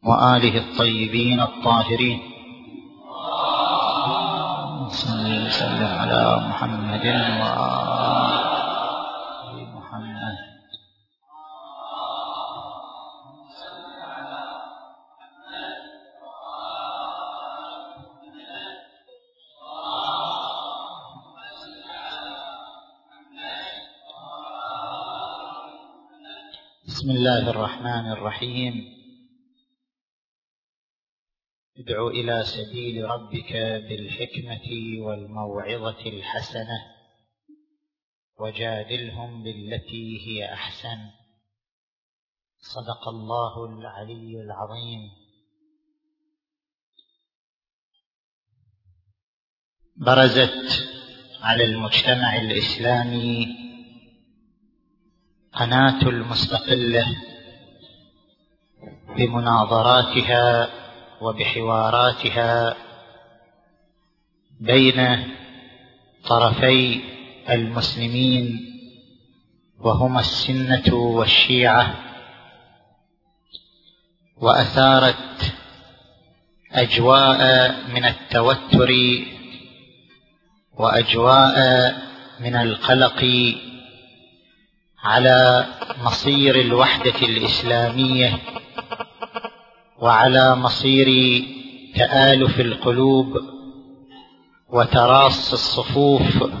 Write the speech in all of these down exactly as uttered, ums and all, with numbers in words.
وآله الطيبين الطاهرين. صلى وسلم على محمد وآل محمد. بسم الله الرحمن الرحيم. ادع إلى سبيل ربك بالحكمة والموعظة الحسنة وجادلهم بالتي هي أحسن. صدق الله العلي العظيم. برزت على المجتمع الإسلامي قناة المستقلة بمناظراتها وبحواراتها بين طرفي المسلمين وهما السنة والشيعة، وأثارت أجواء من التوتر وأجواء من القلق على مصير الوحدة الإسلامية وعلى مصير تآلف القلوب وتراص الصفوف،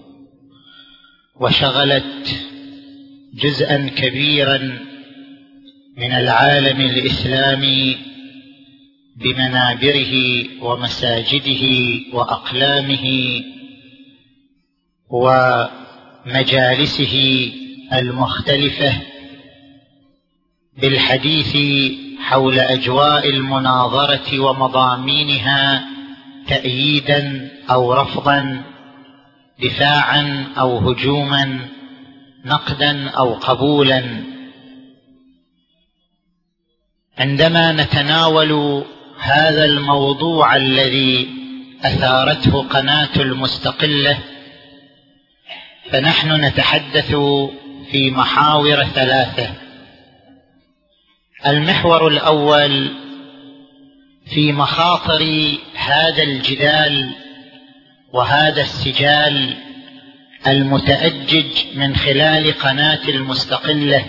وشغلت جزءا كبيرا من العالم الإسلامي بمنابره ومساجده وأقلامه ومجالسه المختلفة بالحديث حول أجواء المناظرة ومضامينها، تأييدا أو رفضا، دفاعا أو هجوما، نقدا أو قبولا. عندما نتناول هذا الموضوع الذي أثارته قناة المستقلة، فنحن نتحدث في محاور ثلاثة. المحور الأول في مخاطر هذا الجدال وهذا السجال المتأجج من خلال قناة المستقلة،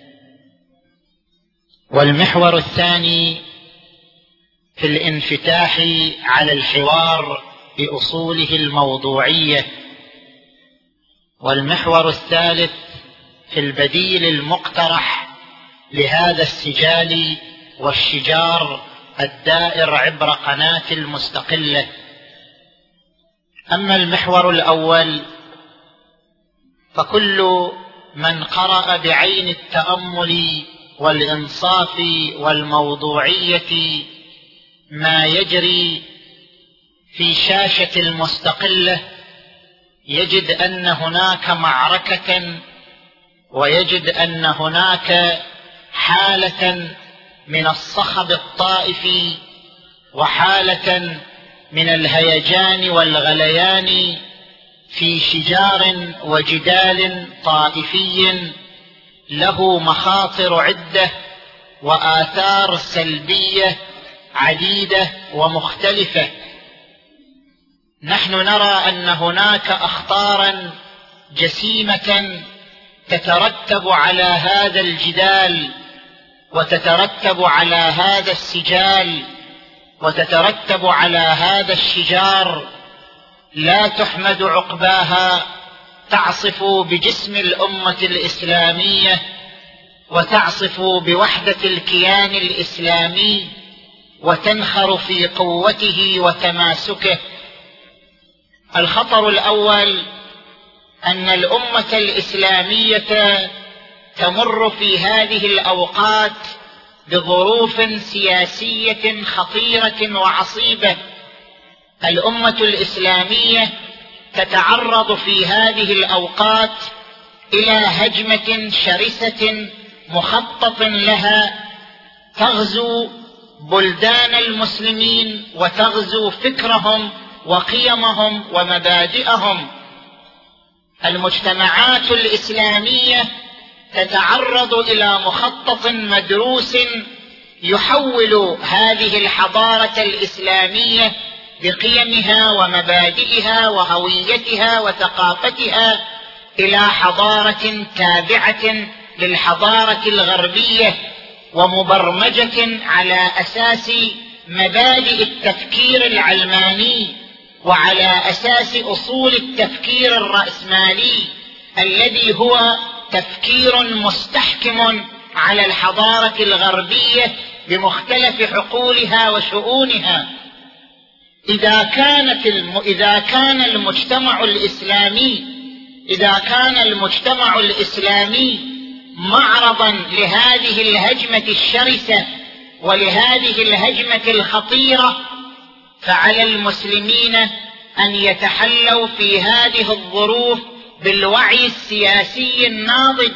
والمحور الثاني في الانفتاح على الحوار بأصوله الموضوعية، والمحور الثالث في البديل المقترح لهذا السجال والشجار الدائر عبر قناة المستقلة. أما المحور الأول فكل من قرأ بعين التأمل والإنصاف والموضوعية ما يجري في شاشة المستقلة يجد أن هناك معركة، ويجد أن هناك حالة من الصخب الطائفي وحالة من الهيجان والغليان في شجار وجدال طائفي له مخاطر عدة وآثار سلبية عديدة ومختلفة. نحن نرى أن هناك أخطارا جسيمة تترتب على هذا الجدال، وتترتب على هذا السجال، وتترتب على هذا الشجار، لا تحمد عقباها، تعصف بجسم الأمة الإسلامية وتعصف بوحدة الكيان الإسلامي وتنخر في قوته وتماسكه. الخطر الأول أن الأمة الإسلامية تمر في هذه الأوقات بظروف سياسية خطيرة وعصيبة. الأمة الإسلامية تتعرض في هذه الأوقات إلى هجمة شرسة مخطط لها، تغزو بلدان المسلمين وتغزو فكرهم وقيمهم ومبادئهم. المجتمعات الإسلامية تتعرض إلى مخطط مدروس يحول هذه الحضارة الإسلامية بقيمها ومبادئها وهويتها وثقافتها إلى حضارة تابعة للحضارة الغربية ومبرمجة على أساس مبادئ التفكير العلماني وعلى أساس أصول التفكير الرأسمالي الذي هو تفكير مستحكم على الحضارة الغربية بمختلف حقولها وشؤونها. إذا كانت الم... إذا كان المجتمع الإسلامي إذا كان المجتمع الإسلامي معرضا لهذه الهجمة الشرسة ولهذه الهجمة الخطيرة، فعلى المسلمين أن يتحلوا في هذه الظروف بالوعي السياسي الناضج.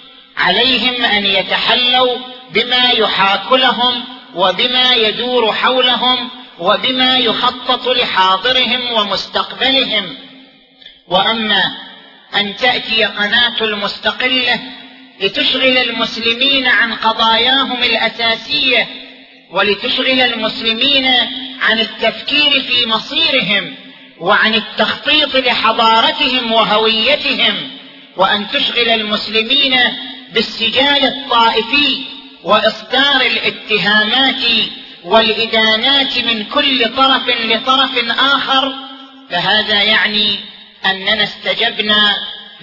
عليهم أن يتحلوا بما يحاك لهم وبما يدور حولهم وبما يخطط لحاضرهم ومستقبلهم. وأما أن تأتي قناة المستقلة لتشغل المسلمين عن قضاياهم الأساسية ولتشغل المسلمين عن التفكير في مصيرهم وعن التخطيط لحضارتهم وهويتهم، وأن تشغل المسلمين بالسجال الطائفي وإصدار الاتهامات والإدانات من كل طرف لطرف آخر، فهذا يعني أننا استجبنا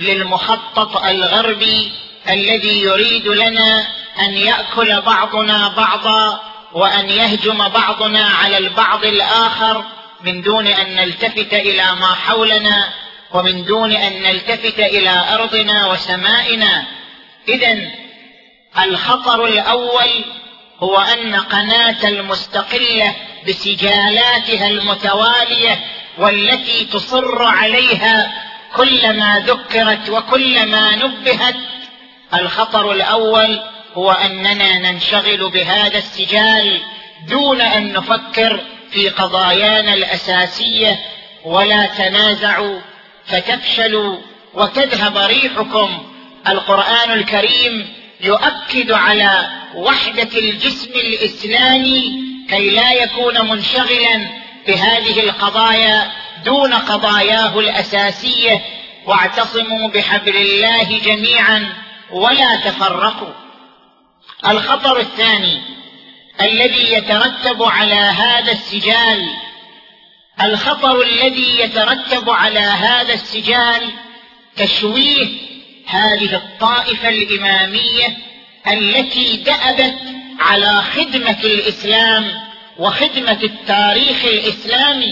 للمخطط الغربي الذي يريد لنا أن يأكل بعضنا بعضا وأن يهجم بعضنا على البعض الآخر من دون أن نلتفت إلى ما حولنا ومن دون أن نلتفت إلى أرضنا وسمائنا. إذن الخطر الأول هو أن قناة المستقلة بسجالاتها المتوالية والتي تصر عليها كلما ذكرت وكلما نبهت، الخطر الأول هو أننا ننشغل بهذا السجال دون أن نفكر في قضايانا الأساسية ولا تنازعوا فتفشلوا وتذهب ريحكم. القرآن الكريم يؤكد على وحدة الجسم الإسلامي كي لا يكون منشغلا بهذه القضايا دون قضاياه الأساسية. واعتصموا بحبل الله جميعا ولا تفرقوا. الخطر الثاني الذي يترتب على هذا السجال الخطر الذي يترتب على هذا السجال تشويه هذه الطائفة الإمامية التي دأبت على خدمة الإسلام وخدمة التاريخ الإسلامي.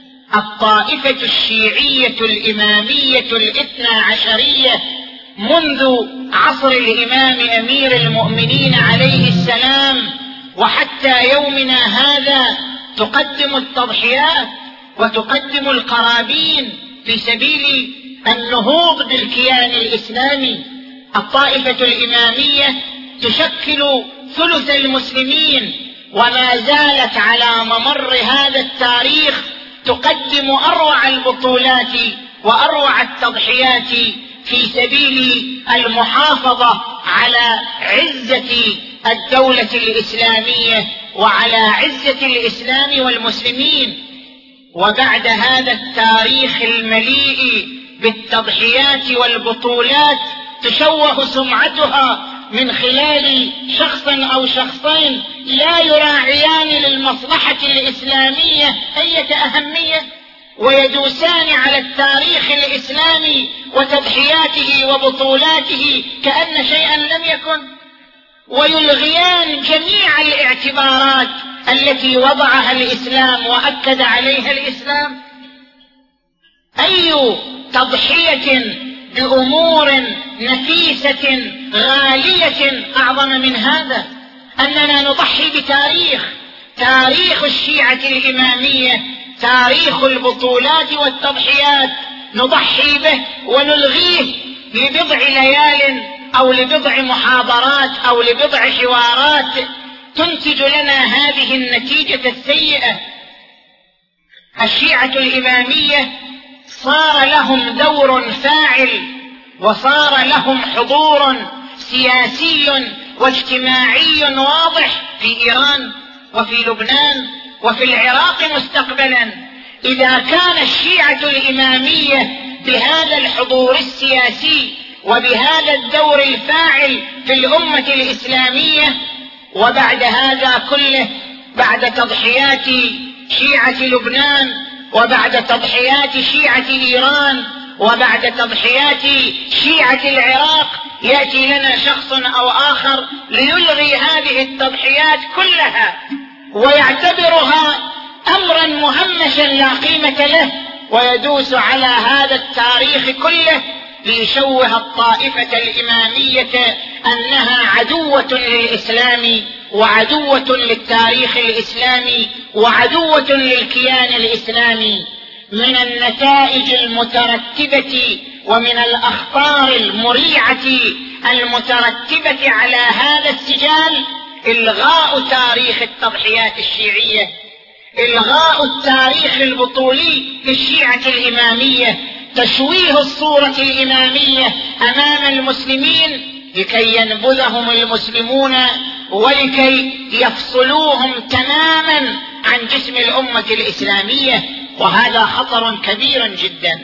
الطائفة الشيعية الإمامية الاثنى عشرية منذ عصر الإمام أمير المؤمنين عليه السلام وحتى يومنا هذا تقدم التضحيات وتقدم القرابين في سبيل النهوض بالكيان الإسلامي. الطائفة الإمامية تشكل ثلث المسلمين وما زالت على ممر هذا التاريخ تقدم أروع البطولات وأروع التضحيات في سبيل المحافظة على عزة الدولة الإسلامية وعلى عزة الإسلام والمسلمين. وبعد هذا التاريخ المليء بالتضحيات والبطولات تشوه سمعتها من خلال شخص أو شخصين لا يراعيان للمصلحة الإسلامية أي أهمية ويدوسان على التاريخ الإسلامي وتضحياته وبطولاته كأن شيئا لم يكن، ويلغيان جميع الاعتبارات التي وضعها الإسلام وأكد عليها الإسلام. أي تضحية بأمور نفيسة غالية أعظم من هذا؟ أننا نضحي بتاريخ تاريخ الشيعة الإمامية، تاريخ البطولات والتضحيات، نضحي به ونلغيه لبضع ليال أو لبضع محاضرات أو لبضع حوارات تنتج لنا هذه النتيجة السيئة. الشيعة الإمامية صار لهم دور فاعل وصار لهم حضور سياسي واجتماعي واضح في إيران وفي لبنان وفي العراق مستقبلا. إذا كان الشيعة الإمامية بهذا الحضور السياسي وبهذا الدور الفاعل في الأمة الإسلامية، وبعد هذا كله بعد تضحيات شيعة لبنان وبعد تضحيات شيعة إيران وبعد تضحيات شيعة العراق، يأتي لنا شخص أو آخر ليلغي هذه التضحيات كلها ويعتبرها أمرا مهمشا لا قيمة له، ويدوس على هذا التاريخ كله ليشوه الطائفة الإمامية أنها عدوة للإسلام وعدوة للتاريخ الإسلامي وعدوة للكيان الإسلامي. من النتائج المترتبة ومن الأخطار المريعة المترتبة على هذا السجال إلغاء تاريخ التضحيات الشيعية، إلغاء التاريخ البطولي للشيعة الإمامية، تشويه الصورة الإمامية أمام المسلمين لكي ينبذهم المسلمون ولكي يفصلوهم تماما عن جسم الأمة الإسلامية، وهذا خطر كبير جدا.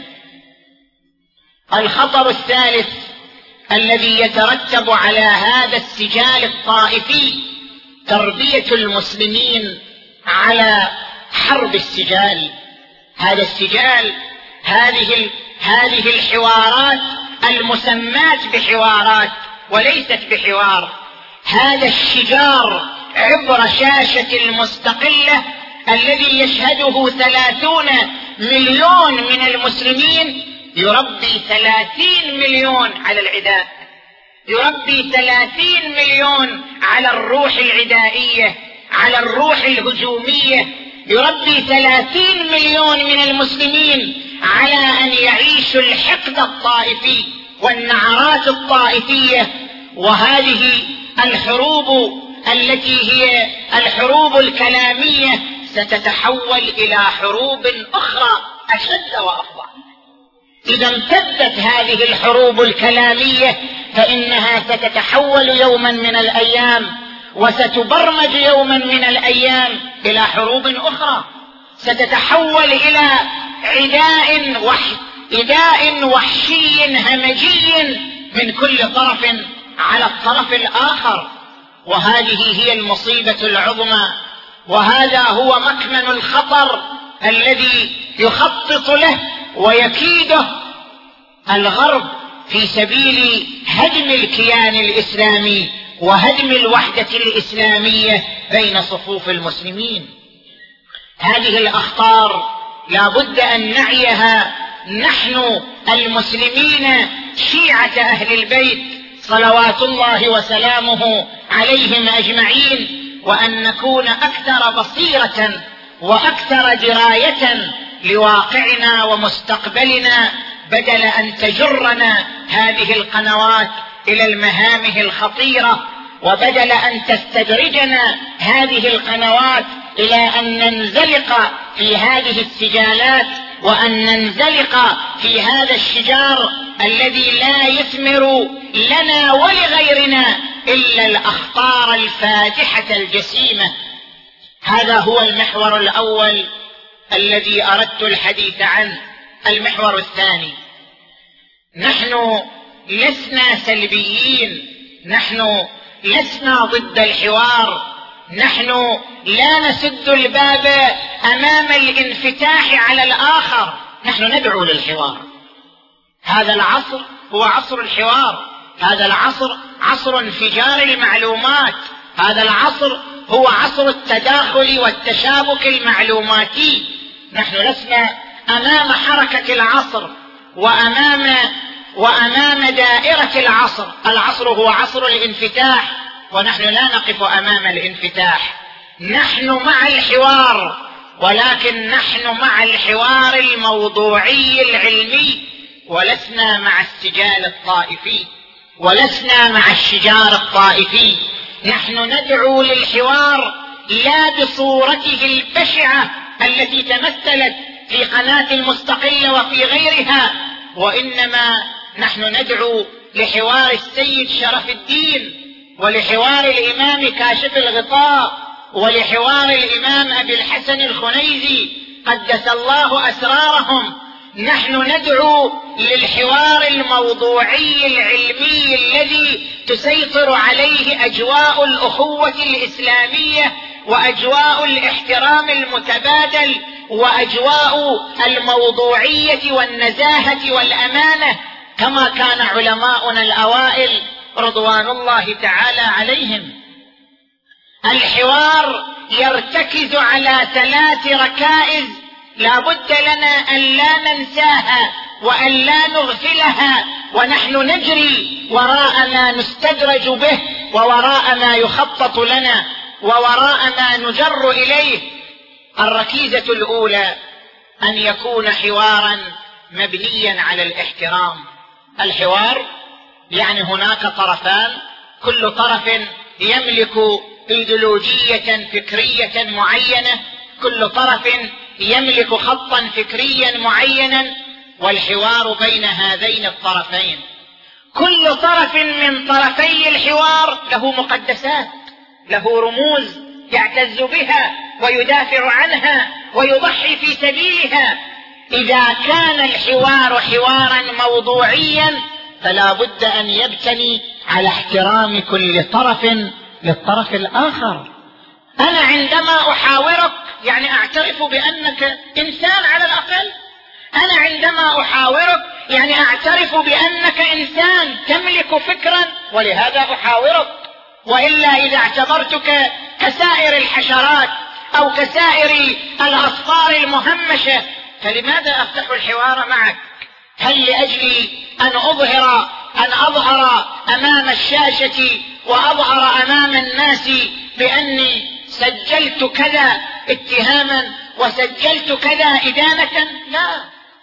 الخطر الثالث الذي يترتب على هذا السجال الطائفي تربية المسلمين على حرب السجال. هذا السجال، هذه هذه الحوارات المسمات بحوارات وليست بحوار، هذا الشجار عبر شاشة المستقلة الذي يشهده ثلاثون مليون من المسلمين يربي ثلاثين مليون على العداء، يربي ثلاثين مليون على الروح العدائية، على الروح الهجومية، يربي ثلاثين مليون من المسلمين على أن يعيشوا الحقد الطائفي والنعرات الطائفية. وهذه الحروب التي هي الحروب الكلامية ستتحول إلى حروب أخرى أشد وأفظع. إذا امتدت هذه الحروب الكلامية فإنها ستتحول يوما من الأيام وستبرمج يوما من الأيام إلى حروب أخرى، ستتحول إلى عداء وح... عداء وحشي همجي من كل طرف على الطرف الآخر. وهذه هي المصيبة العظمى، وهذا هو مكمن الخطر الذي يخطط له ويكيده الغرب في سبيل هدم الكيان الإسلامي وهدم الوحدة الإسلامية بين صفوف المسلمين. هذه الأخطار لا بد أن نعيها نحن المسلمين شيعة أهل البيت صلوات الله وسلامه عليهم أجمعين، وأن نكون أكثر بصيرة وأكثر دراية لواقعنا ومستقبلنا، بدل أن تجرنا هذه القنوات إلى المهامه الخطيرة، وبدل أن تستدرجنا هذه القنوات إلى أن ننزلق في هذه السجالات وأن ننزلق في هذا الشجار الذي لا يثمر لنا ولغيرنا إلا الأخطار الفادحة الجسيمة. هذا هو المحور الأول الذي أردت الحديث عنه. المحور الثاني، نحن لسنا سلبيين، نحن لسنا ضد الحوار، نحن لا نسد الباب أمام الانفتاح على الآخر، نحن ندعو للحوار. هذا العصر هو عصر الحوار، هذا العصر عصر انفجار المعلومات، هذا العصر هو عصر التداخل والتشابك المعلوماتي. نحن لسنا أمام حركة العصر وأمام وأمام دائرة العصر، العصر هو عصر الانفتاح ونحن لا نقف أمام الانفتاح. نحن مع الحوار، ولكن نحن مع الحوار الموضوعي العلمي، ولسنا مع السجال الطائفي، ولسنا مع الشجار الطائفي. نحن ندعو للحوار لا بصورته البشعة التي تمثلت في قناة المستقلة وفي غيرها، وإنما نحن ندعو لحوار السيد شرف الدين ولحوار الإمام كاشف الغطاء، ولحوار الإمام أبي الحسن الخنيزي قدس الله أسرارهم. نحن ندعو للحوار الموضوعي العلمي الذي تسيطر عليه أجواء الأخوة الإسلامية وأجواء الاحترام المتبادل وأجواء الموضوعية والنزاهة والأمانة، كما كان علماؤنا الأوائل رضوان الله تعالى عليهم. الحوار يرتكز على ثلاث ركائز لا بد لنا أن لا ننساها وأن لا نغفلها، ونحن نجري وراء ما نستدرج به ووراء ما يخطط لنا ووراء ما نجر إليه. الركيزة الأولى أن يكون حوارا مبنيا على الاحترام. الحوار يعني هناك طرفان، كل طرف يملك ايديولوجية فكرية معينة، كل طرف يملك خطا فكريا معينا، والحوار بين هذين الطرفين. كل طرف من طرفي الحوار له مقدسات، له رموز يعتز بها ويدافع عنها ويضحي في سبيلها. إذا كان الحوار حوارا موضوعيا فلا بد أن يبتني على احترام كل طرف للطرف الآخر. أنا عندما أحاورك يعني أعترف بأنك إنسان على الأقل، أنا عندما أحاورك يعني أعترف بأنك إنسان تملك فكرا ولهذا أحاورك، وإلا إذا اعتبرتك كسائر الحشرات أو كسائر الأصفار المهمشة فلماذا أفتح الحوار معك؟ هل لأجل أن أظهر أن أظهر أمام الشاشة وأظهر أمام الناس بأني سجلت كذا اتهاما وسجلت كذا إدانة؟ لا،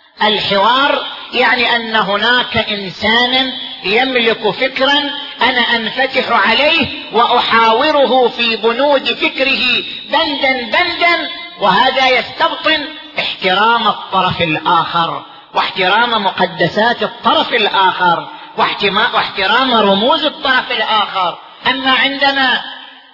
الحوار يعني أن هناك إنسانا يملك فكرا أنا أنفتح عليه وأحاوره في بنود فكره بندا بندا، وهذا يستبطن احترام الطرف الآخر واحترام مقدسات الطرف الآخر واحترام رموز الطرف الآخر. أما عندما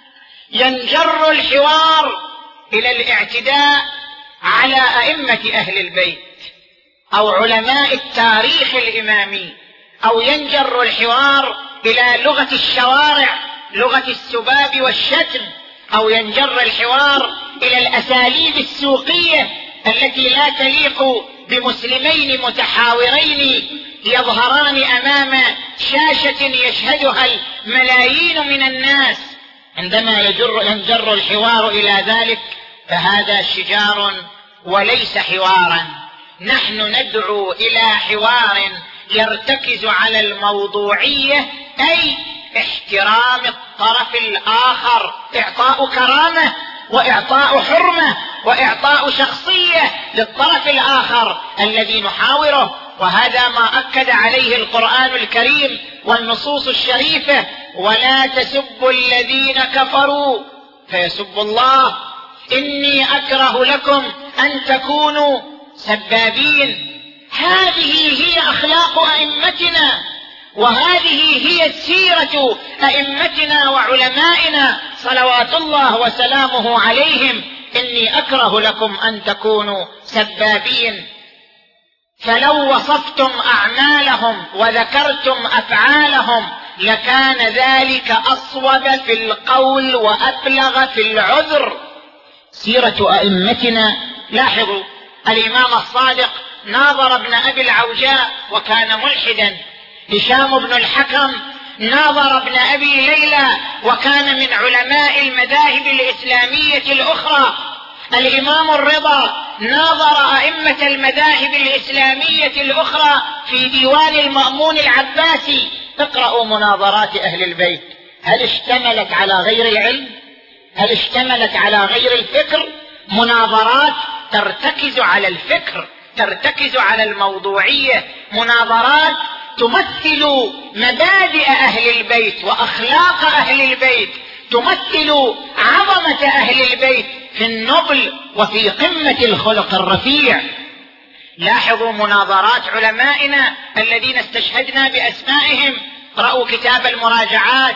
ينجر الحوار إلى الاعتداء على أئمة أهل البيت أو علماء التاريخ الإمامي، أو ينجر الحوار إلى لغة الشوارع، لغة السباب والشتم، أو ينجر الحوار إلى الأساليب السوقية التي لا تليق بمسلمين متحاورين يظهران أمام شاشة يشهدها الملايين من الناس، عندما يجر ينجر الحوار إلى ذلك فهذا شجار وليس حوارا. نحن ندعو إلى حوار يرتكز على الموضوعية، أي احترام الطرف الآخر، إعطاء كرامة وإعطاء حرمة وإعطاء شخصية للطرف الآخر الذي نحاوره. وهذا ما أكد عليه القرآن الكريم والنصوص الشريفة: ولا تسبوا الذين كفروا فيسبوا الله، إني أكره لكم أن تكونوا سبابين. هذه هي أخلاق أئمتنا، وهذه هي السيرة أئمتنا وعلمائنا صلوات الله وسلامه عليهم: إني أكره لكم أن تكونوا سبابين. فلو وصفتم أعمالهم وذكرتم أفعالهم لكان ذلك أصوب في القول وأبلغ في العذر. سيرة أئمتنا، لاحظوا الإمام الصادق ناظر ابن أبي العوجاء وكان ملحدا، هشام بن الحكم ناظر ابن أبي ليلى وكان من علماء المذاهب الإسلامية الأخرى، الإمام الرضا ناظر أئمة المذاهب الإسلامية الأخرى في ديوان المأمون العباسي. اقرأوا مناظرات أهل البيت، هل اشتملت على غير العلم؟ هل اشتملت على غير الفكر؟ مناظرات ترتكز على الفكر، ترتكز على الموضوعية، مناظرات تمثل مبادئ أهل البيت وأخلاق أهل البيت، تمثل عظمة أهل البيت في النبل وفي قمة الخلق الرفيع. لاحظوا مناظرات علمائنا الذين استشهدنا بأسمائهم، رأوا كتاب المراجعات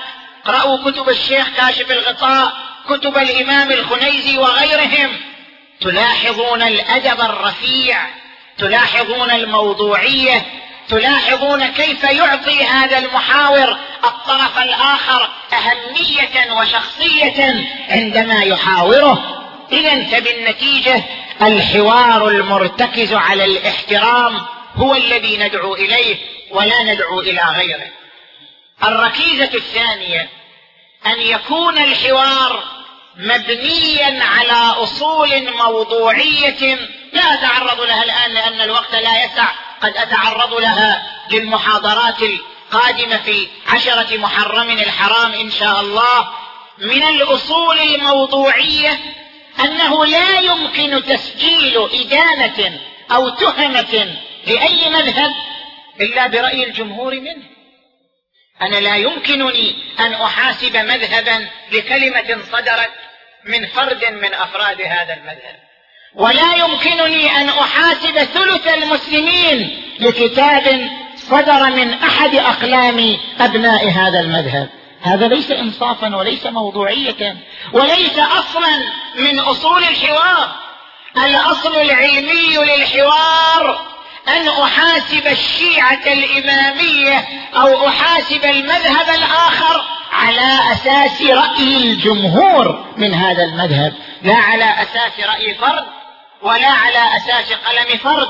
اقرأوا كتب الشيخ كاشف الغطاء، كتب الإمام الخنيزي وغيرهم، تلاحظون الأدب الرفيع، تلاحظون الموضوعية، تلاحظون كيف يعطي هذا المحاور الطرف الآخر أهمية وشخصية عندما يحاوره. إذن فبالنتيجة الحوار المرتكز على الاحترام هو الذي ندعو إليه ولا ندعو إلى غيره. الركيزة الثانية أن يكون الحوار مبنيا على أصول موضوعية لا أتعرض لها الآن لأن الوقت لا يسع، قد أتعرض لها للمحاضرات القادمة في عشرة محرم الحرام إن شاء الله. من الأصول الموضوعية أنه لا يمكن تسجيل إدانة أو تهمة لأي مذهب إلا برأي الجمهور منه. أنا لا يمكنني أن أحاسب مذهبا لكلمة صدرت من فرد من أفراد هذا المذهب، ولا يمكنني أن أحاسب ثلث المسلمين لكتاب صدر من أحد أقلام أبناء هذا المذهب. هذا ليس إنصافا وليس موضوعية وليس أصلا من أصول الحوار. الأصل العلمي للحوار أن أحاسب الشيعة الإمامية أو أحاسب المذهب الآخر على أساس رأي الجمهور من هذا المذهب، لا على أساس رأي فرد ولا على أساس قلم فرد.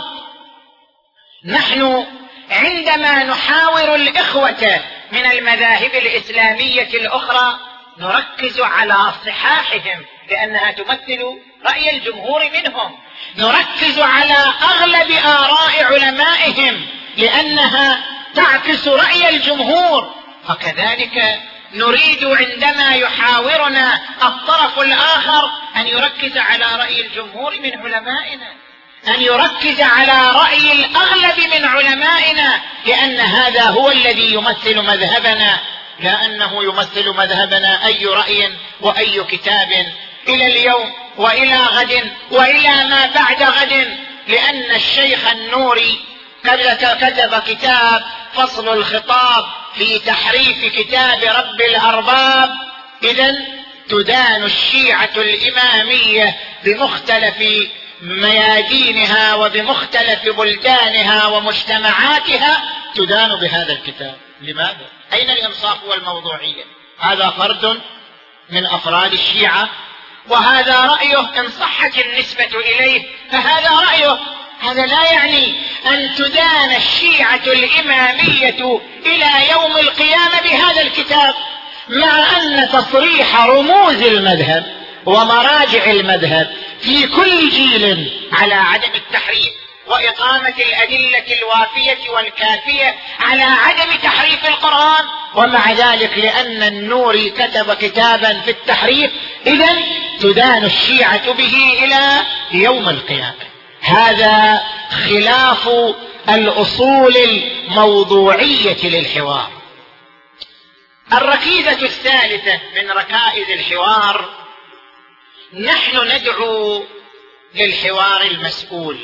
نحن عندما نحاور الإخوة من المذاهب الإسلامية الأخرى نركز على صحاحهم لأنها تمثل رأي الجمهور منهم، نركز على أغلب آراء علمائهم لأنها تعكس رأي الجمهور. فكذلك نريد عندما يحاورنا الطرف الآخر أن يركز على رأي الجمهور من علمائنا، أن يركز على رأي الأغلب من علمائنا، لأن هذا هو الذي يمثل مذهبنا، لا أنه يمثل مذهبنا أي رأي وأي كتاب إلى اليوم وإلى غد وإلى ما بعد غد. لأن الشيخ النوري كتب كتاب فصل الخطاب في تحريف كتاب رب الأرباب. إذن تدان الشيعة الإمامية بمختلف ميادينها وبمختلف بلدانها ومجتمعاتها تدان بهذا الكتاب. لماذا؟ أين الإنصاف والموضوعية؟ هذا فرد من أفراد الشيعة وهذا رأيه، إن صحت النسبة إليه فهذا رأيه. هذا لا يعني أن تدان الشيعة الإمامية إلى يوم القيامة بهذا الكتاب، مع أن تصريح رموز المذهب ومراجع المذهب في كل جيل على عدم التحريف وإقامة الأدلة الوافية والكافية على عدم تحريف القرآن، ومع ذلك لأن النوري كتب كتابا في التحريف إذن تدان الشيعة به إلى يوم القيامة. هذا خلاف الأصول الموضوعية للحوار. الركيزة الثالثة من ركائز الحوار، نحن ندعو للحوار المسؤول،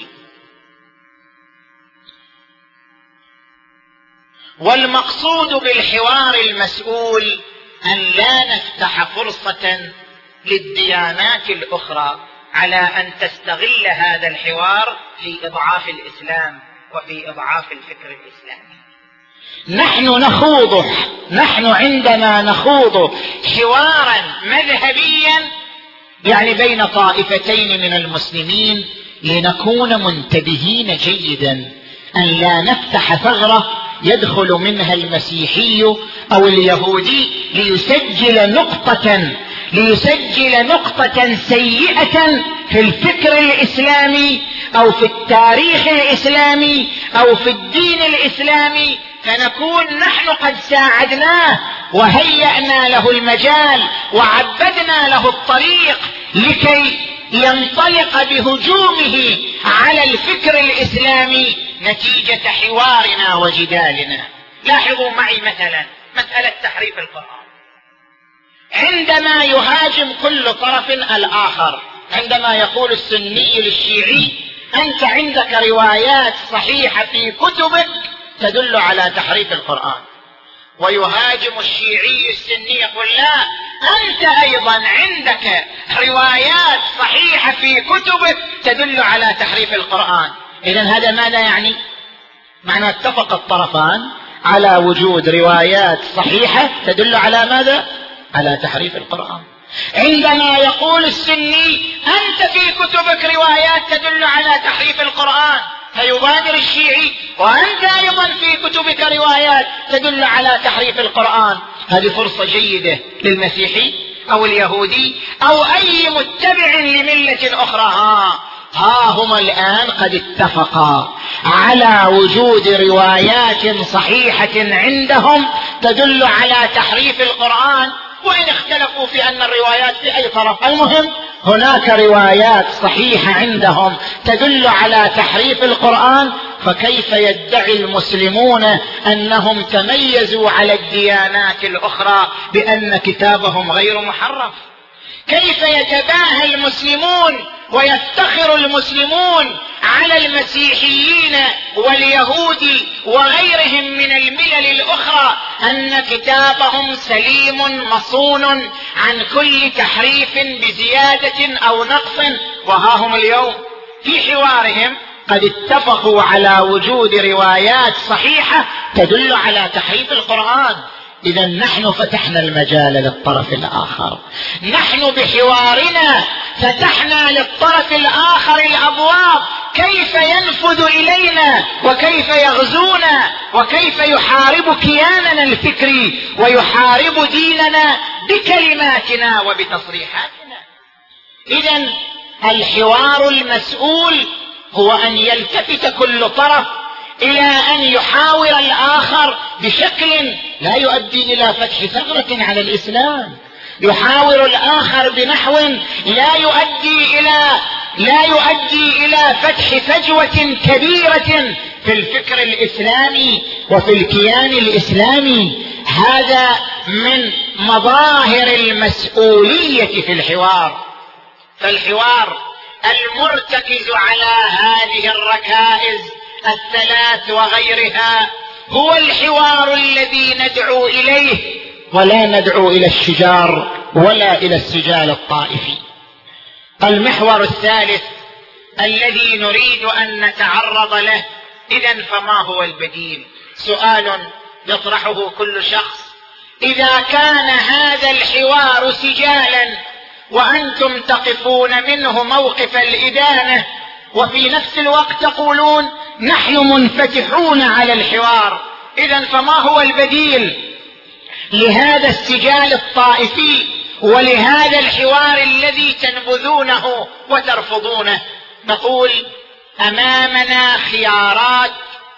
والمقصود بالحوار المسؤول أن لا نفتح فرصة للديانات الأخرى على أن تستغل هذا الحوار في إضعاف الإسلام وفي إضعاف الفكر الإسلامي. نحن نخوض نحن عندما نخوض حوارا مذهبيا يعني بين طائفتين من المسلمين لنكون منتبهين جيدا أن لا نفتح ثغرة يدخل منها المسيحي أو اليهودي ليسجل نقطة ليسجل نقطة سيئة في الفكر الإسلامي أو في التاريخ الإسلامي أو في الدين الإسلامي، فنكون نحن قد ساعدناه وهيأنا له المجال وعبدنا له الطريق لكي ينطلق بهجومه على الفكر الإسلامي نتيجة حوارنا وجدالنا. لاحظوا معي مثلا مسألة تحريف القرآن، عندما يهاجم كل طرف الآخر، عندما يقول السني للشيعي أنت عندك روايات صحيحة في كتبك تدل على تحريف القرآن، ويهاجم الشيعي السني يقول لا، أنت أيضا عندك روايات صحيحة في كتبك تدل على تحريف القرآن. إذن هذا ماذا يعني؟ معنى اتفق الطرفان على وجود روايات صحيحة تدل على ماذا؟ على تحريف القرآن. عندما يقول السني أنت في كتبك روايات تدل على تحريف القرآن، فيبادر الشيعي وأنت أيضا في كتبك روايات تدل على تحريف القرآن. هذه فرصة جيدة للمسيحي أو اليهودي أو أي متبع لملة أخرى. ها, ها هم الآن قد اتفقا على وجود روايات صحيحة عندهم تدل على تحريف القرآن، وإن اختلفوا في أن الروايات في أي طرف، المهم هناك روايات صحيحة عندهم تدل على تحريف القرآن. فكيف يدعي المسلمون أنهم تميزوا على الديانات الأخرى بأن كتابهم غير محرف؟ كيف يتباهى المسلمون ويفتخر المسلمون على المسيحيين واليهود وغيرهم من الملل الأخرى أن كتابهم سليم مصون عن كل تحريف بزيادة أو نقص، وها هم اليوم في حوارهم قد اتفقوا على وجود روايات صحيحة تدل على تحريف القرآن. إذا نحن فتحنا المجال للطرف الآخر، نحن بحوارنا فتحنا للطرف الآخر الأبواب، كيف ينفذ إلينا وكيف يغزونا وكيف يحارب كياننا الفكري ويحارب ديننا بكلماتنا وبتصريحاتنا. إذا الحوار المسؤول هو أن يلتفت كل طرف إلى أن يحاور الآخر بشكل لا يؤدي إلى فتح ثغرة على الإسلام، يحاور الآخر بنحو لا يؤدي إلى لا يؤدي إلى فتح فجوة كبيرة في الفكر الإسلامي وفي الكيان الإسلامي. هذا من مظاهر المسؤولية في الحوار. فالحوار المرتكز على هذه الركائز الثلاث وغيرها هو الحوار الذي ندعو إليه، ولا ندعو إلى الشجار ولا إلى السجال الطائفي. المحور الثالث الذي نريد أن نتعرض له، إذن فما هو البديل؟ سؤال يطرحه كل شخص. إذا كان هذا الحوار سجالا وأنتم تقفون منه موقف الإدانة، وفي نفس الوقت تقولون نحن منفتحون على الحوار، إذن فما هو البديل لهذا السجال الطائفي ولهذا الحوار الذي تنبذونه وترفضونه؟ نقول أمامنا خيارات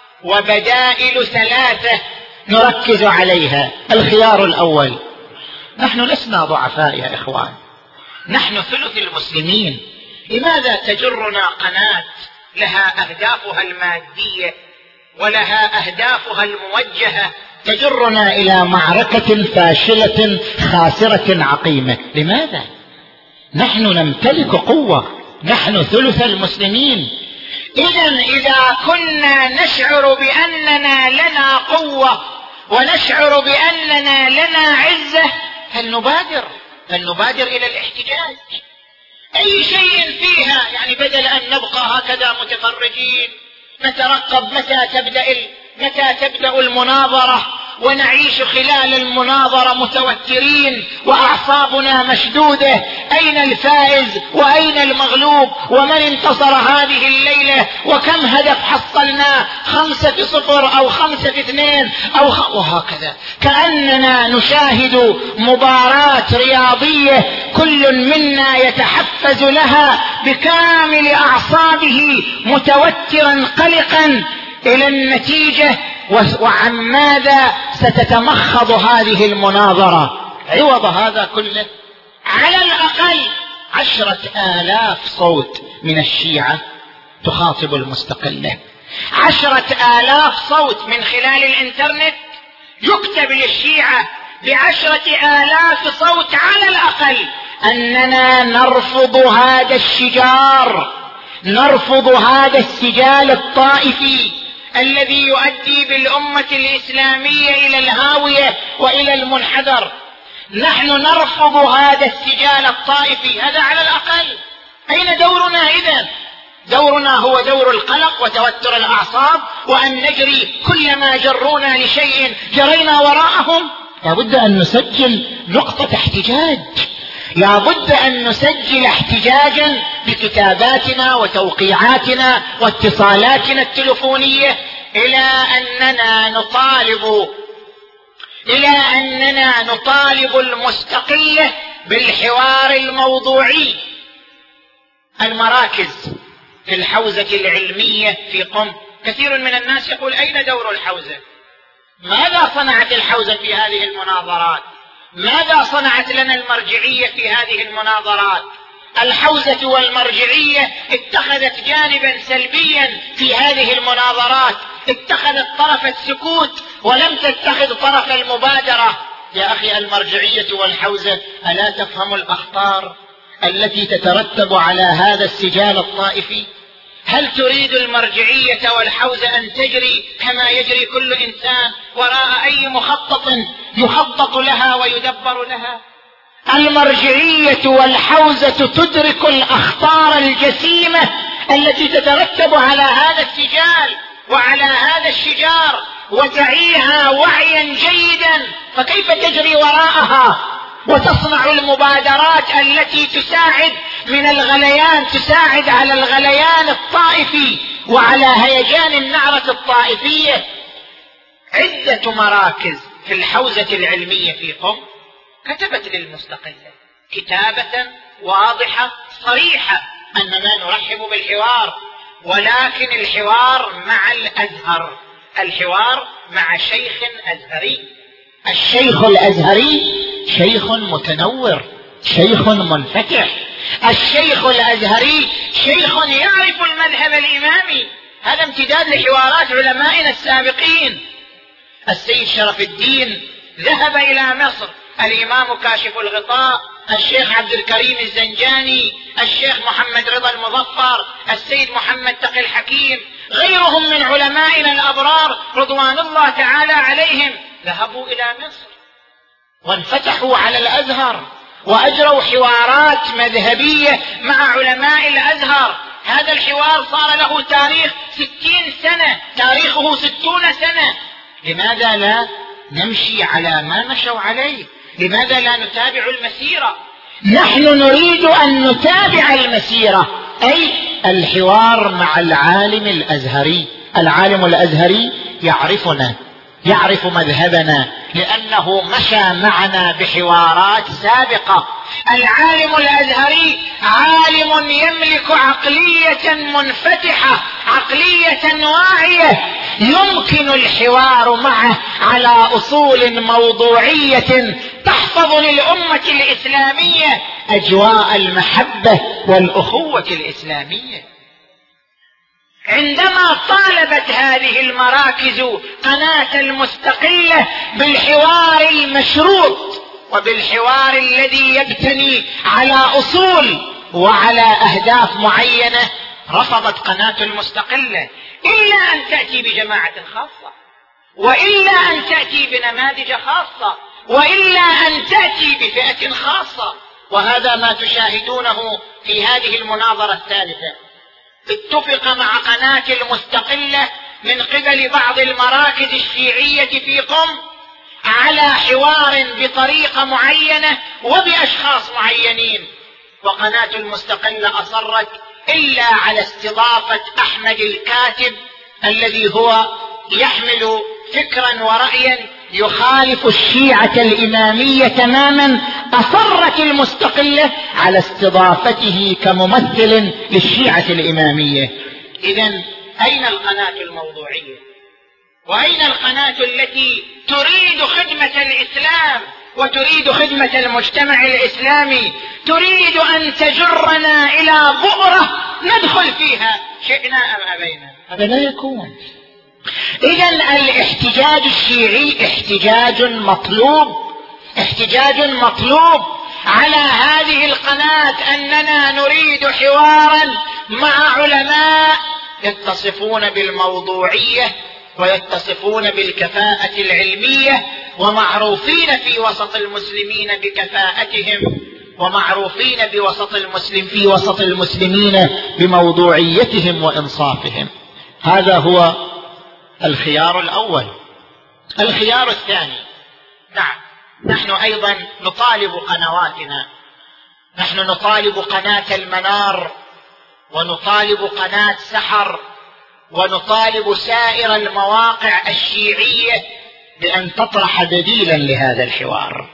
وبدائل ثلاثة نركز عليها. الخيار الأول، نحن لسنا ضعفاء يا إخوان، نحن ثلث المسلمين، لماذا تجرنا قناة لها أهدافها المادية ولها أهدافها الموجهة تجرنا إلى معركة فاشلة خاسرة عقيمة؟ لماذا؟ نحن نمتلك قوة، نحن ثلث المسلمين. إذن إذا كنا نشعر بأننا لنا قوة ونشعر بأننا لنا عزة فلنبادر فلنبادر إلى الاحتجاج أي شيء فيها، يعني بدل أن نبقى هكذا متفرجين نترقب متى تبدأ متى تبدأ المناظرة ونعيش خلال المناظرة متوترين وأعصابنا مشدودة، أين الفائز وأين المغلوب ومن انتصر هذه الليلة وكم هدف حصلنا، خمسة في صفر أو خمسة في اثنين أو خ... وهكذا، كأننا نشاهد مباراة رياضية كل منا يتحفز لها بكامل أعصابه متوترا قلقا إلى النتيجة وعن ماذا ستتمخض هذه المناظرة. عوض هذا كله على الأقل عشرة آلاف صوت من الشيعة تخاطب المستقلة، عشرة آلاف صوت من خلال الإنترنت يكتب للشيعة بعشرة آلاف صوت على الأقل أننا نرفض هذا الشجار، نرفض هذا السجال الطائفي، الذي يؤدي بالأمة الإسلامية إلى الهاوية وإلى المنحدر. نحن نرفض هذا السجال الطائفي، هذا على الأقل. أين دورنا إذن؟ دورنا هو دور القلق وتوتر الأعصاب، وأن نجري كلما جرونا لشيء جرينا وراءهم. لابد أن نسجل نقطة احتجاج، لابد أن نسجل احتجاجا بكتاباتنا وتوقيعاتنا واتصالاتنا التلفونية إلى أننا نطالب إلى أننا نطالب المستقلة بالحوار الموضوعي. المراكز في الحوزة العلمية في قم، كثير من الناس يقول أين دور الحوزة؟ ماذا صنعت الحوزة في هذه المناظرات؟ ماذا صنعت لنا المرجعية في هذه المناظرات؟ الحوزة والمرجعية اتخذت جانبا سلبيا في هذه المناظرات، اتخذت طرف السكوت ولم تتخذ طرف المبادرة. يا أخي، المرجعية والحوزة ألا تفهم الأخطار التي تترتب على هذا السجال الطائفي؟ هل تريد المرجعية والحوزة أن تجري كما يجري كل إنسان وراء أي مخطط يخطط لها ويدبر لها؟ المرجعية والحوزة تدرك الأخطار الجسيمة التي تترتب على هذا السجال وعلى هذا الشجار وتعيها وعيا جيدا، فكيف تجري وراءها وتصنع المبادرات التي تساعد من الغليان، تساعد على الغليان الطائفي وعلى هيجان النعرة الطائفية؟ عدة مراكز في الحوزة العلمية في قم كتبت للمستقلة كتابة واضحة صريحة أننا نرحب بالحوار، ولكن الحوار مع الأزهر، الحوار مع شيخ أزهري. الشيخ الأزهري شيخ متنور، شيخ منفتح، الشيخ الأزهري شيخ يعرف المذهب الإمامي. هذا امتداد لحوارات علمائنا السابقين. السيد شرف الدين ذهب إلى مصر، الإمام كاشف الغطاء، الشيخ عبد الكريم الزنجاني، الشيخ محمد رضا المظفر، السيد محمد تقي الحكيم، غيرهم من علمائنا الأبرار رضوان الله تعالى عليهم، ذهبوا إلى مصر وانفتحوا على الأزهر وأجروا حوارات مذهبية مع علماء الأزهر. هذا الحوار صار له تاريخ ستين سنة، تاريخه ستون سنة. لماذا لا نمشي على ما مشوا عليه؟ لماذا لا نتابع المسيرة؟ نحن نريد أن نتابع المسيرة، أي الحوار مع العالم الأزهري. العالم الأزهري يعرفنا، يعرف مذهبنا، لأنه مشى معنا بحوارات سابقة. العالم الأزهري عالم يملك عقلية منفتحة، عقلية واعية، يمكن الحوار معه على أصول موضوعية تحفظ للأمة الإسلامية أجواء المحبة والأخوة الإسلامية. عندما طالبت هذه المراكز قناة المستقلة بالحوار المشروط وبالحوار الذي يبتني على أصول وعلى أهداف معينة، رفضت قناة المستقلة إلا أن تأتي بجماعة خاصة، وإلا أن تأتي بنماذج خاصة، وإلا أن تأتي بفئة خاصة. وهذا ما تشاهدونه في هذه المناظرة الثالثة. اتفق مع قناة المستقلة من قبل بعض المراكز الشيعية في قم على حوار بطريقة معينة وبأشخاص معينين، وقناة المستقلة أصرت إلا على استضافة أحمد الكاتب الذي هو يحمل فكرا ورأيا يخالف الشيعة الإمامية تماما. أصرت المستقلة على استضافته كممثل للشيعة الإمامية. إذن أين القناة الموضوعية؟ وأين القناة التي تريد خدمة الإسلام وتريد خدمة المجتمع الإسلامي، تريد أن تجرنا إلى بؤرة ندخل فيها شئنا أم أبينا؟ هذا لا يكون. إذن الاحتجاج الشيعي احتجاج مطلوب، احتجاج مطلوب على هذه القناة أننا نريد حوارا مع علماء يتصفون بالموضوعية ويتصفون بالكفاءة العلمية، ومعروفين في وسط المسلمين بكفاءتهم، ومعروفين بوسط المسلم في وسط المسلمين بموضوعيتهم وإنصافهم. هذا هو الخيار الأول. الخيار الثاني، نعم، نحن أيضا نطالب قنواتنا، نحن نطالب قناة المنار، ونطالب قناة سحر، ونطالب سائر المواقع الشيعية بأن تطرح بديلا لهذا الحوار.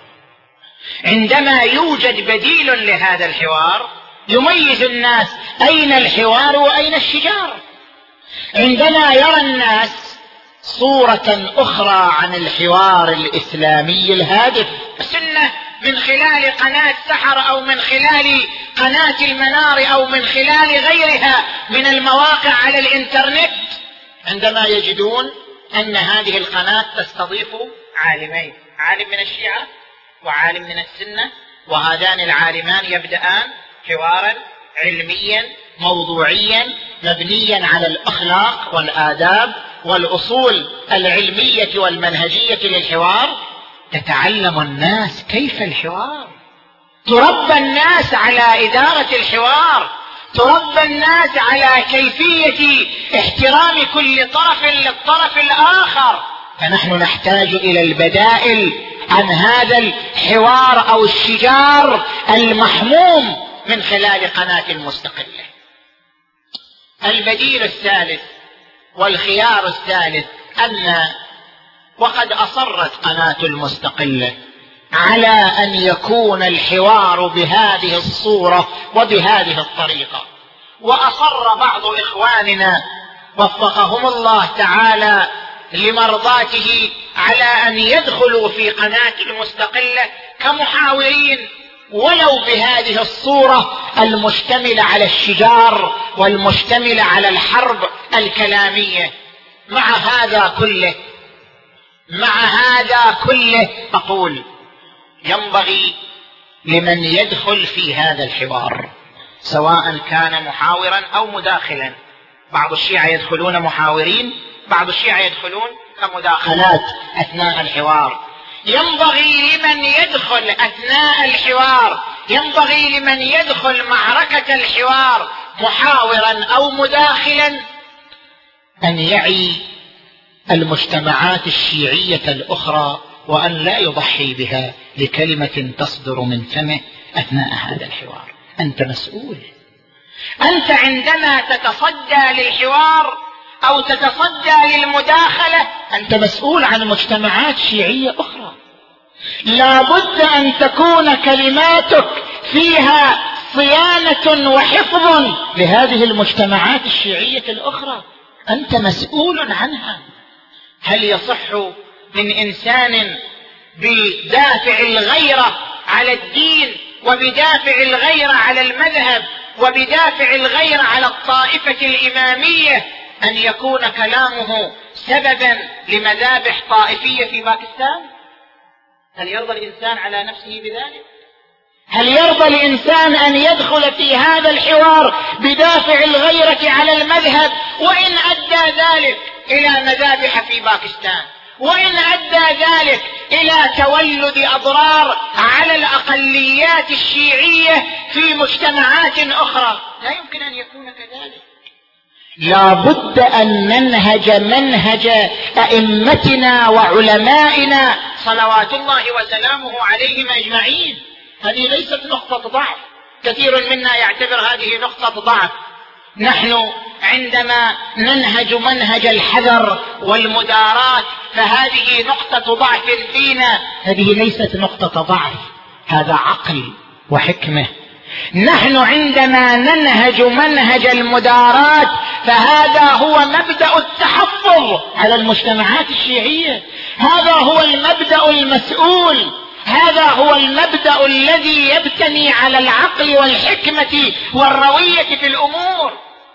عندما يوجد بديل لهذا الحوار يميز الناس أين الحوار وأين الشجار. عندما يرى الناس صورة أخرى عن الحوار الإسلامي الهادف السنة من خلال قناة سحر أو من خلال قناة المنار أو من خلال غيرها من المواقع على الإنترنت، عندما يجدون أن هذه القناة تستضيف عالمين، عالم من الشيعة وعالم من السنة، وهذان العالمان يبدأان حوارا علميا موضوعيا مبنيا على الأخلاق والآداب والأصول العلمية والمنهجية للحوار، تتعلم الناس كيف الحوار، تربى الناس على إدارة الحوار، تربى الناس على كيفية احترام كل طرف للطرف الآخر. فنحن نحتاج إلى البدائل عن هذا الحوار أو الشجار المحموم من خلال قناة المستقلة. البديل الثالث والخيار الثالث أن وقد أصرت قناة المستقلة على أن يكون الحوار بهذه الصورة وبهذه الطريقة، وأصر بعض إخواننا وفقهم الله تعالى لمرضاته على أن يدخلوا في قناة المستقلة كمحاورين ولو بهذه الصورة المشتملة على الشجار والمشتملة على الحرب الكلامية. مع هذا كله مع هذا كله أقول ينبغي لمن يدخل في هذا الحوار سواء كان محاورا أو مداخلا، بعض الشيعة يدخلون محاورين، بعض الشيعة يدخلون كمداخلات أثناء الحوار، ينبغي لمن يدخل أثناء الحوار، ينبغي لمن يدخل معركة الحوار محاورا أو مداخلا أن يعي المجتمعات الشيعية الأخرى وأن لا يضحي بها لكلمة تصدر من فمه أثناء هذا الحوار. أنت مسؤول، أنت عندما تتصدى للحوار أو تتصدى للمداخلة أنت مسؤول عن مجتمعات شيعية أخرى، لا بد أن تكون كلماتك فيها صيانة وحفظ لهذه المجتمعات الشيعية الأخرى، أنت مسؤول عنها. هل يصح من إنسان بدافع الغيرة على الدين وبدافع الغيرة على المذهب وبدافع الغيرة على الطائفة الإمامية أن يكون كلامه سببا لمذابح طائفية في باكستان؟ هل يرضى الإنسان على نفسه بذلك؟ هل يرضى الإنسان أن يدخل في هذا الحوار بدافع الغيرة على المذهب وإن أدى ذلك إلى مذابح في باكستان، وإن أدى ذلك إلى تولد أضرار على الأقليات الشيعية في مجتمعات أخرى؟ لا يمكن أن يكون كذلك. لا بد أن ننهج منهج أئمتنا وعلمائنا صلوات الله وسلامه عليهم أجمعين. هذه ليست نقطة ضعف، كثير منا يعتبر هذه نقطة ضعف. نحن عندما ننهج منهج الحذر والمداراة فهذه نقطة ضعف فينا، هذه ليست نقطة ضعف، هذا عقل وحكمة. نحن عندما ننهج منهج المداراة فهذا هو مبدأ التحفظ على المجتمعات الشيعية، هذا هو المبدأ المسؤول، هذا هو المبدأ الذي يبتني على العقل والحكمة والروية في الأمور.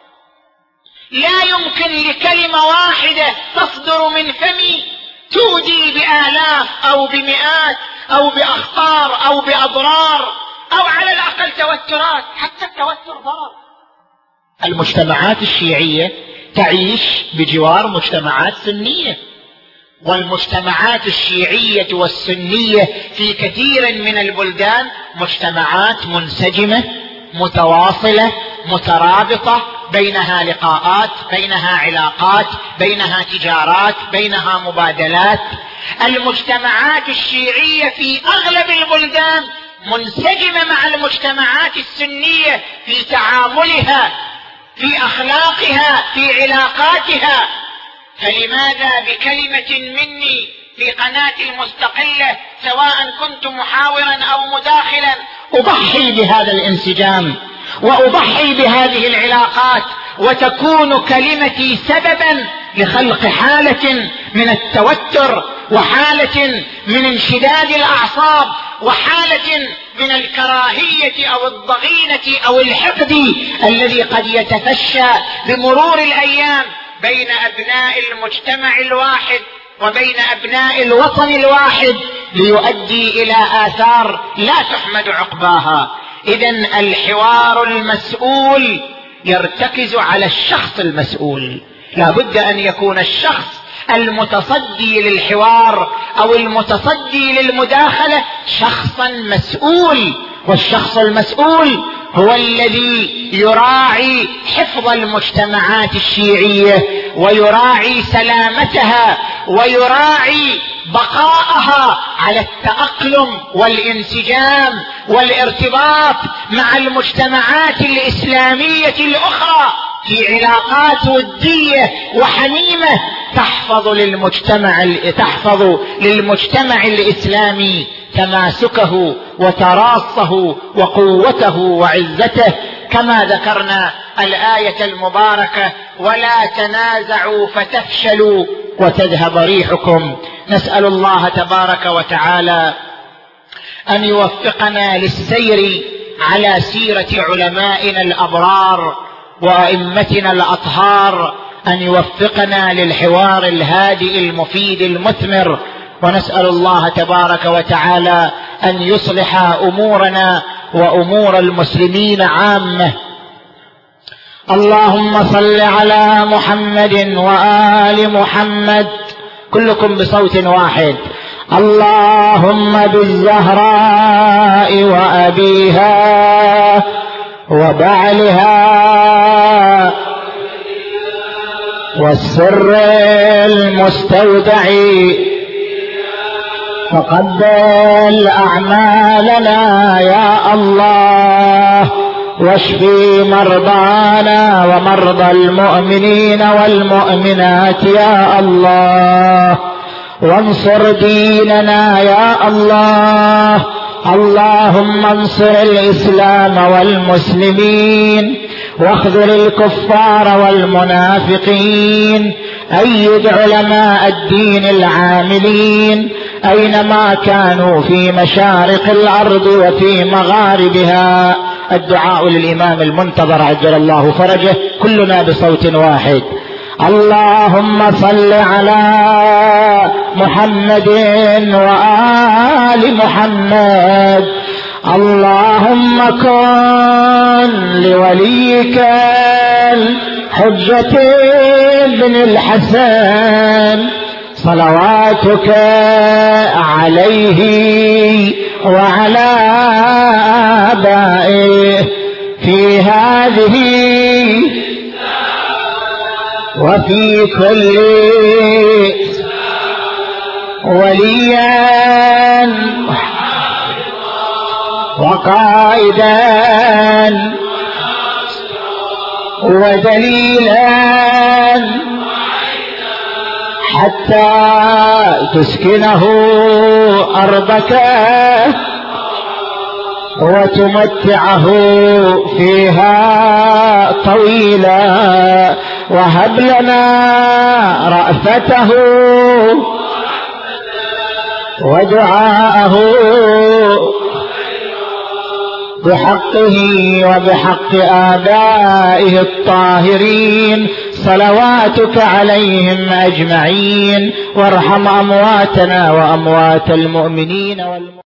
لا يمكن لكلمة واحدة تصدر من فمي تودي بآلاف أو بمئات أو بأخطار أو بأضرار أو على الأقل توترات، حتى التوتر ضرر. المجتمعات الشيعية تعيش بجوار مجتمعات سنية، والمجتمعات الشيعية والسنية في كثير من البلدان مجتمعات منسجمة متواصلة مترابطة، بينها لقاءات، بينها علاقات، بينها تجارات، بينها مبادلات. المجتمعات الشيعية في أغلب البلدان منسجمة مع المجتمعات السنية في تعاملها، في أخلاقها، في علاقاتها. فلماذا بكلمة مني في قناة المستقلة سواء كنت محاورا أو مداخلا أضحي بهذا الانسجام وأضحي بهذه العلاقات، وتكون كلمتي سببا لخلق حالة من التوتر وحالة من انشداد الأعصاب وحالة من الكراهية أو الضغينة أو الحقد الذي قد يتفشى بمرور الأيام بين أبناء المجتمع الواحد وبين أبناء الوطن الواحد، ليؤدي إلى آثار لا تحمد عقباها. إذن الحوار المسؤول يرتكز على الشخص المسؤول. لا بد أن يكون الشخص المتصدي للحوار أو المتصدي للمداخلة شخصا مسؤول، والشخص المسؤول هو الذي يراعي حفظ المجتمعات الشيعية ويراعي سلامتها ويراعي بقاءها على التأقلم والانسجام والارتباط مع المجتمعات الإسلامية الأخرى في علاقات ودية وحميمة تحفظ للمجتمع تحفظ للمجتمع الإسلامي تماسكه وتراصه وقوته وعزته، كما ذكرنا الآية المباركة: ولا تنازعوا فتفشلوا وتذهب ريحكم. نسأل الله تبارك وتعالى أن يوفقنا للسير على سيرة علمائنا الأبرار وأئمتنا الأطهار، أن يوفقنا للحوار الهادئ المفيد المثمر، ونسأل الله تبارك وتعالى أن يصلح أمورنا وأمور المسلمين عامة. اللهم صل على محمد وآل محمد، كلكم بصوت واحد: اللهم بالزهراء وأبيها وبعلها والسر المستودع فقبل أعمالنا يا الله، واشفي مرضانا ومرضى المؤمنين والمؤمنات يا الله، وانصر ديننا يا الله. اللهم انصر الإسلام والمسلمين واخذل الكفار والمنافقين، أيد علماء الدين العاملين أينما كانوا في مشارق الأرض وفي مغاربها. الدعاء للإمام المنتظر عجل الله فرجه، كلنا بصوت واحد: اللهم صل على محمد وآل محمد. اللهم كن لوليك الحجة بن الحسن صلواتك عليه وعلى آبائه في هذه وفي كل وليا وقائدا ودليلا حتى تسكنه أرضك وتمتعه فيها طويلا، وهب لنا رأفته ودعاءه بحقه وبحق آبائه الطاهرين صلواتك عليهم أجمعين، وارحم أمواتنا وأموات المؤمنين والمؤمنين.